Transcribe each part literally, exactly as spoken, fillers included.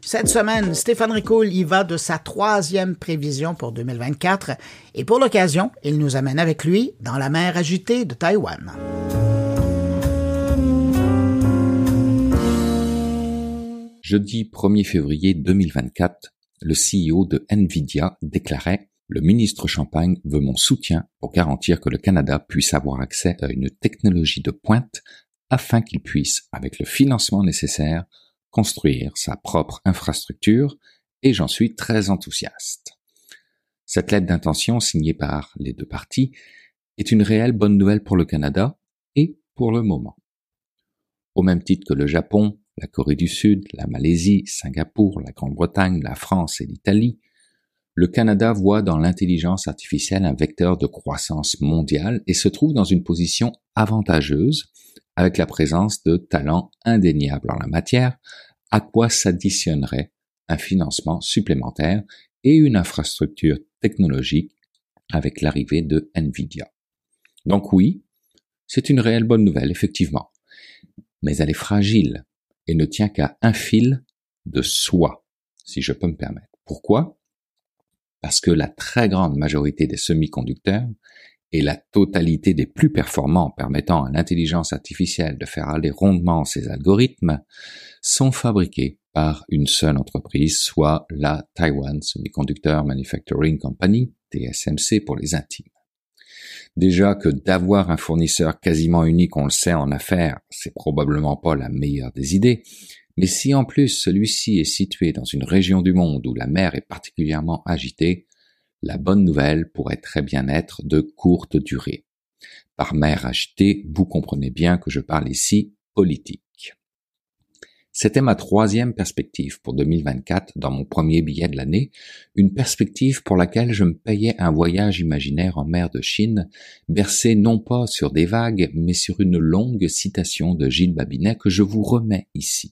Cette semaine, Stéphane Ricoul y va de sa troisième prévision pour deux mille vingt-quatre et pour l'occasion, il nous amène avec lui dans la mer agitée de Taïwan. Jeudi premier février deux mille vingt-quatre, le C E O de Nvidia déclarait « Le ministre Champagne veut mon soutien pour garantir que le Canada puisse avoir accès à une technologie de pointe afin qu'il puisse, avec le financement nécessaire, construire sa propre infrastructure et j'en suis très enthousiaste. » Cette lettre d'intention signée par les deux parties est une réelle bonne nouvelle pour le Canada et pour le moment. Au même titre que le Japon, la Corée du Sud, la Malaisie, Singapour, la Grande-Bretagne, la France et l'Italie, le Canada voit dans l'intelligence artificielle un vecteur de croissance mondiale et se trouve dans une position avantageuse avec la présence de talents indéniables en la matière, à quoi s'additionnerait un financement supplémentaire et une infrastructure technologique avec l'arrivée de Nvidia. Donc oui, c'est une réelle bonne nouvelle, effectivement, mais elle est fragile et ne tient qu'à un fil de soie, si je peux me permettre. Pourquoi ? Parce que la très grande majorité des semi-conducteurs et la totalité des plus performants permettant à l'intelligence artificielle de faire aller rondement ses algorithmes sont fabriqués par une seule entreprise, soit la Taiwan Semiconductor Manufacturing Company, T S M C pour les intimes. Déjà que d'avoir un fournisseur quasiment unique, on le sait en affaires, c'est probablement pas la meilleure des idées, mais si en plus celui-ci est situé dans une région du monde où la mer est particulièrement agitée, la bonne nouvelle pourrait très bien être de courte durée. Par mer agitée, vous comprenez bien que je parle ici politique. C'était ma troisième perspective pour deux mille vingt-quatre dans mon premier billet de l'année, une perspective pour laquelle je me payais un voyage imaginaire en mer de Chine, bercé non pas sur des vagues, mais sur une longue citation de Gilles Babinet que je vous remets ici.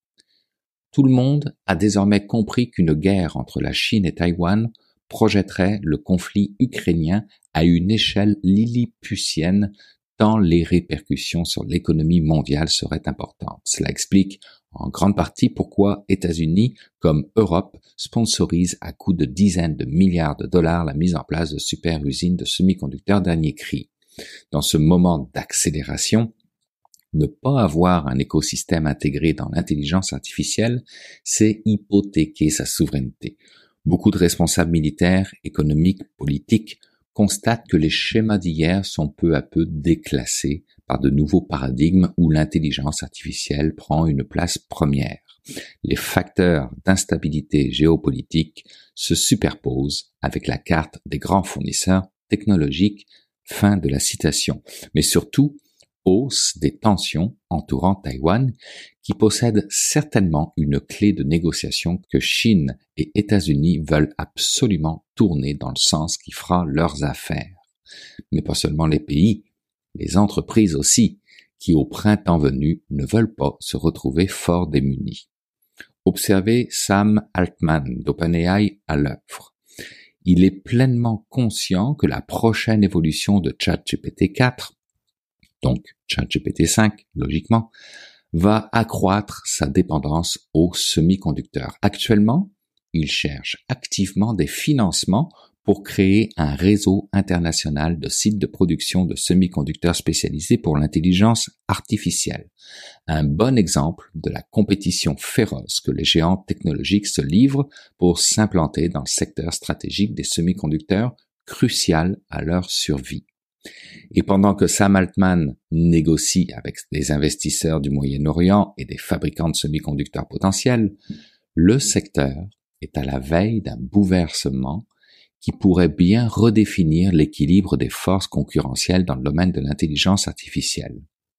Tout le monde a désormais compris qu'une guerre entre la Chine et Taïwan projetterait le conflit ukrainien à une échelle lilliputienne tant les répercussions sur l'économie mondiale seraient importantes. Cela explique en grande partie pourquoi États-Unis, comme Europe, sponsorisent à coût de dizaines de milliards de dollars la mise en place de super-usines de semi-conducteurs dernier cri. Dans ce moment d'accélération, ne pas avoir un écosystème intégré dans l'intelligence artificielle, c'est hypothéquer sa souveraineté. Beaucoup de responsables militaires, économiques, politiques constatent que les schémas d'hier sont peu à peu déclassés par de nouveaux paradigmes où l'intelligence artificielle prend une place première. Les facteurs d'instabilité géopolitique se superposent avec la carte des grands fournisseurs technologiques. Fin de la citation. Mais surtout, hausse des tensions entourant Taïwan, qui possède certainement une clé de négociation que Chine et États-Unis veulent absolument tourner dans le sens qui fera leurs affaires. Mais pas seulement les pays, les entreprises aussi, qui au printemps venu ne veulent pas se retrouver fort démunies. Observez Sam Altman d'OpenAI à l'œuvre. Il est pleinement conscient que la prochaine évolution de ChatGPT quatre, donc ChatGPT cinq, logiquement, va accroître sa dépendance aux semi-conducteurs. Actuellement, il cherche activement des financements pour créer un réseau international de sites de production de semi-conducteurs spécialisés pour l'intelligence artificielle. Un bon exemple de la compétition féroce que les géants technologiques se livrent pour s'implanter dans le secteur stratégique des semi-conducteurs, crucial à leur survie. Et pendant que Sam Altman négocie avec des investisseurs du Moyen-Orient et des fabricants de semi-conducteurs potentiels, le secteur est à la veille d'un bouleversement qui pourrait bien redéfinir l'équilibre des forces concurrentielles dans le domaine de l'intelligence artificielle.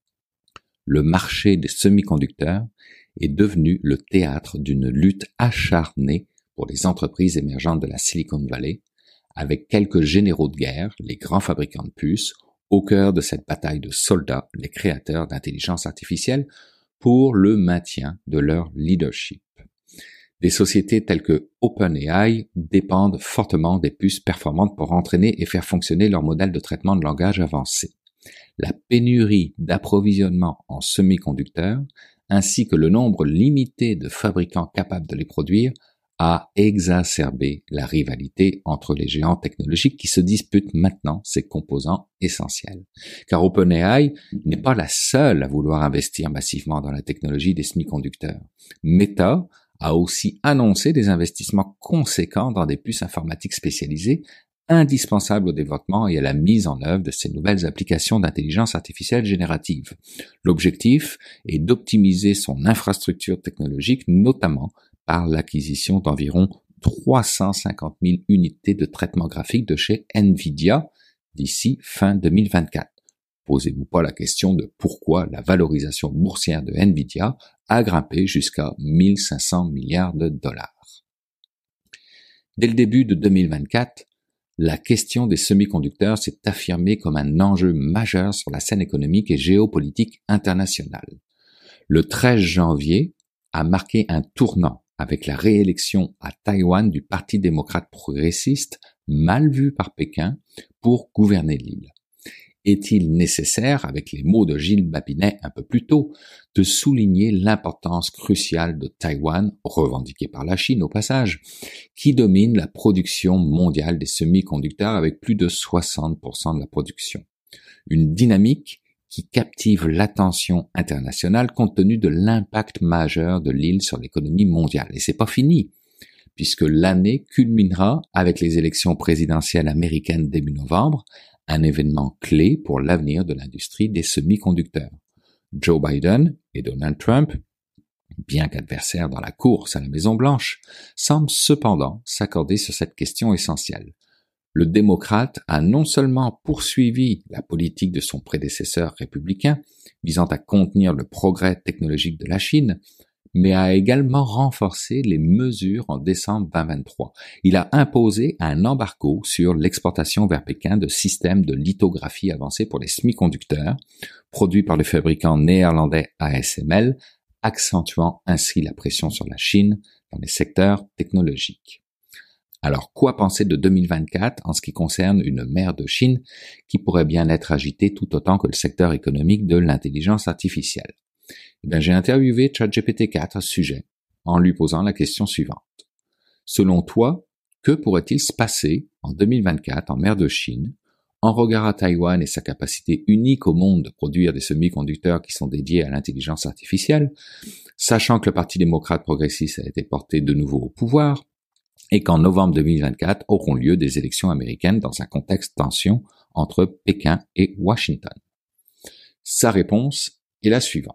Le marché des semi-conducteurs est devenu le théâtre d'une lutte acharnée pour les entreprises émergentes de la Silicon Valley, avec quelques généraux de guerre, les grands fabricants de puces, au cœur de cette bataille de soldats, les créateurs d'intelligence artificielle, pour le maintien de leur leadership. Des sociétés telles que OpenAI dépendent fortement des puces performantes pour entraîner et faire fonctionner leur modèle de traitement de langage avancé. La pénurie d'approvisionnement en semi-conducteurs ainsi que le nombre limité de fabricants capables de les produire, a exacerbé la rivalité entre les géants technologiques qui se disputent maintenant ces composants essentiels. Car OpenAI n'est pas la seule à vouloir investir massivement dans la technologie des semi-conducteurs. Meta a aussi annoncé des investissements conséquents dans des puces informatiques spécialisées, indispensables au développement et à la mise en œuvre de ces nouvelles applications d'intelligence artificielle générative. L'objectif est d'optimiser son infrastructure technologique, notamment par l'acquisition d'environ trois cent cinquante mille unités de traitement graphique de chez Nvidia d'ici fin deux mille vingt-quatre. Posez-vous pas la question de pourquoi la valorisation boursière de Nvidia a grimpé jusqu'à mille cinq cents milliards de dollars. Dès le début de deux mille vingt-quatre, la question des semi-conducteurs s'est affirmée comme un enjeu majeur sur la scène économique et géopolitique internationale. Le treize janvier a marqué un tournant avec la réélection à Taïwan du Parti démocrate progressiste, mal vu par Pékin, pour gouverner l'île. Est-il nécessaire, avec les mots de Gilles Babinet un peu plus tôt, de souligner l'importance cruciale de Taïwan, revendiquée par la Chine au passage, qui domine la production mondiale des semi-conducteurs avec plus de soixante pour cent de la production. Une dynamique qui captive l'attention internationale compte tenu de l'impact majeur de l'île sur l'économie mondiale. Et c'est pas fini, puisque l'année culminera avec les élections présidentielles américaines début novembre, un événement clé pour l'avenir de l'industrie des semi-conducteurs. Joe Biden et Donald Trump, bien qu'adversaires dans la course à la Maison-Blanche, semblent cependant s'accorder sur cette question essentielle. Le démocrate a non seulement poursuivi la politique de son prédécesseur républicain, visant à contenir le progrès technologique de la Chine, mais a également renforcé les mesures en décembre deux mille vingt-trois. Il a imposé un embargo sur l'exportation vers Pékin de systèmes de lithographie avancés pour les semi-conducteurs, produits par le fabricant néerlandais A S M L, accentuant ainsi la pression sur la Chine dans les secteurs technologiques. Alors, quoi penser de deux mille vingt-quatre en ce qui concerne une mer de Chine qui pourrait bien être agitée tout autant que le secteur économique de l'intelligence artificielle? Eh bien, j'ai interviewé ChatGPT quatre à ce sujet en lui posant la question suivante. Selon toi, que pourrait-il se passer en deux mille vingt-quatre en mer de Chine, en regard à Taïwan et sa capacité unique au monde de produire des semi-conducteurs qui sont dédiés à l'intelligence artificielle, sachant que le Parti démocrate progressiste a été porté de nouveau au pouvoir, et qu'en novembre deux mille vingt-quatre auront lieu des élections américaines dans un contexte de tension entre Pékin et Washington. Sa réponse est la suivante.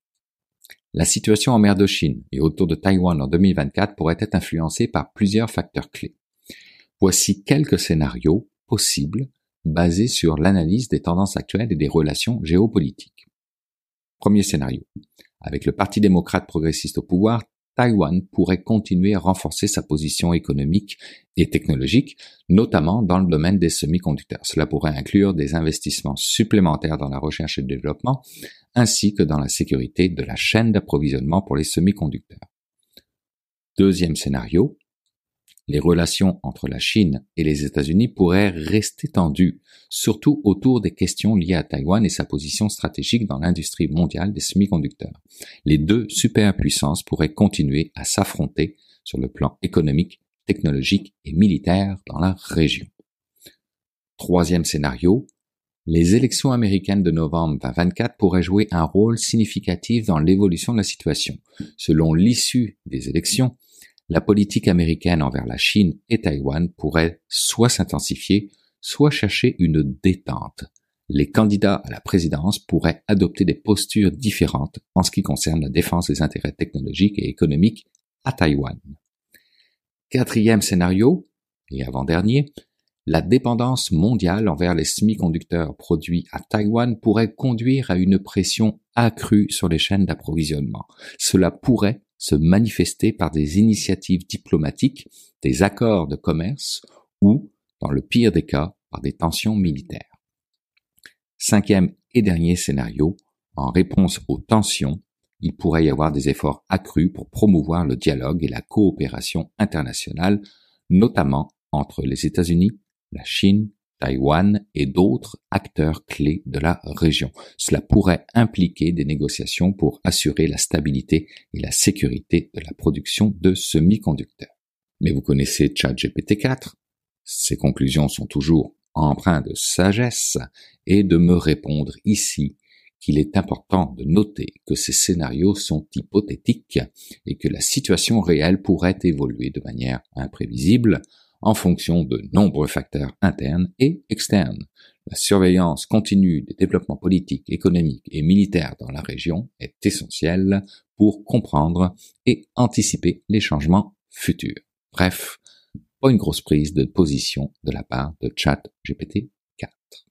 La situation en mer de Chine et autour de Taïwan en deux mille vingt-quatre pourrait être influencée par plusieurs facteurs clés. Voici quelques scénarios possibles basés sur l'analyse des tendances actuelles et des relations géopolitiques. Premier scénario. Avec le Parti démocrate progressiste au pouvoir, Taïwan pourrait continuer à renforcer sa position économique et technologique, notamment dans le domaine des semi-conducteurs. Cela pourrait inclure des investissements supplémentaires dans la recherche et le développement, ainsi que dans la sécurité de la chaîne d'approvisionnement pour les semi-conducteurs. Deuxième scénario, les relations entre la Chine et les États-Unis pourraient rester tendues, surtout autour des questions liées à Taïwan et sa position stratégique dans l'industrie mondiale des semi-conducteurs. Les deux superpuissances pourraient continuer à s'affronter sur le plan économique, technologique et militaire dans la région. Troisième scénario, les élections américaines de novembre deux mille vingt-quatre pourraient jouer un rôle significatif dans l'évolution de la situation. Selon l'issue des élections, la politique américaine envers la Chine et Taïwan pourrait soit s'intensifier, soit chercher une détente. Les candidats à la présidence pourraient adopter des postures différentes en ce qui concerne la défense des intérêts technologiques et économiques à Taïwan. Quatrième scénario, et avant-dernier, la dépendance mondiale envers les semi-conducteurs produits à Taïwan pourrait conduire à une pression accrue sur les chaînes d'approvisionnement. Cela pourrait se manifester par des initiatives diplomatiques, des accords de commerce ou, dans le pire des cas, par des tensions militaires. Cinquième et dernier scénario, en réponse aux tensions, il pourrait y avoir des efforts accrus pour promouvoir le dialogue et la coopération internationale, notamment entre les États-Unis, la Chine, Taïwan et d'autres acteurs clés de la région. Cela pourrait impliquer des négociations pour assurer la stabilité et la sécurité de la production de semi-conducteurs. Mais vous connaissez ChatGPT quatre. Ses conclusions sont toujours empreintes de sagesse et de me répondre ici qu'il est important de noter que ces scénarios sont hypothétiques et que la situation réelle pourrait évoluer de manière imprévisible en fonction de nombreux facteurs internes et externes. La surveillance continue des développements politiques, économiques et militaires dans la région est essentielle pour comprendre et anticiper les changements futurs. Bref, pas une grosse prise de position de la part de ChatGPT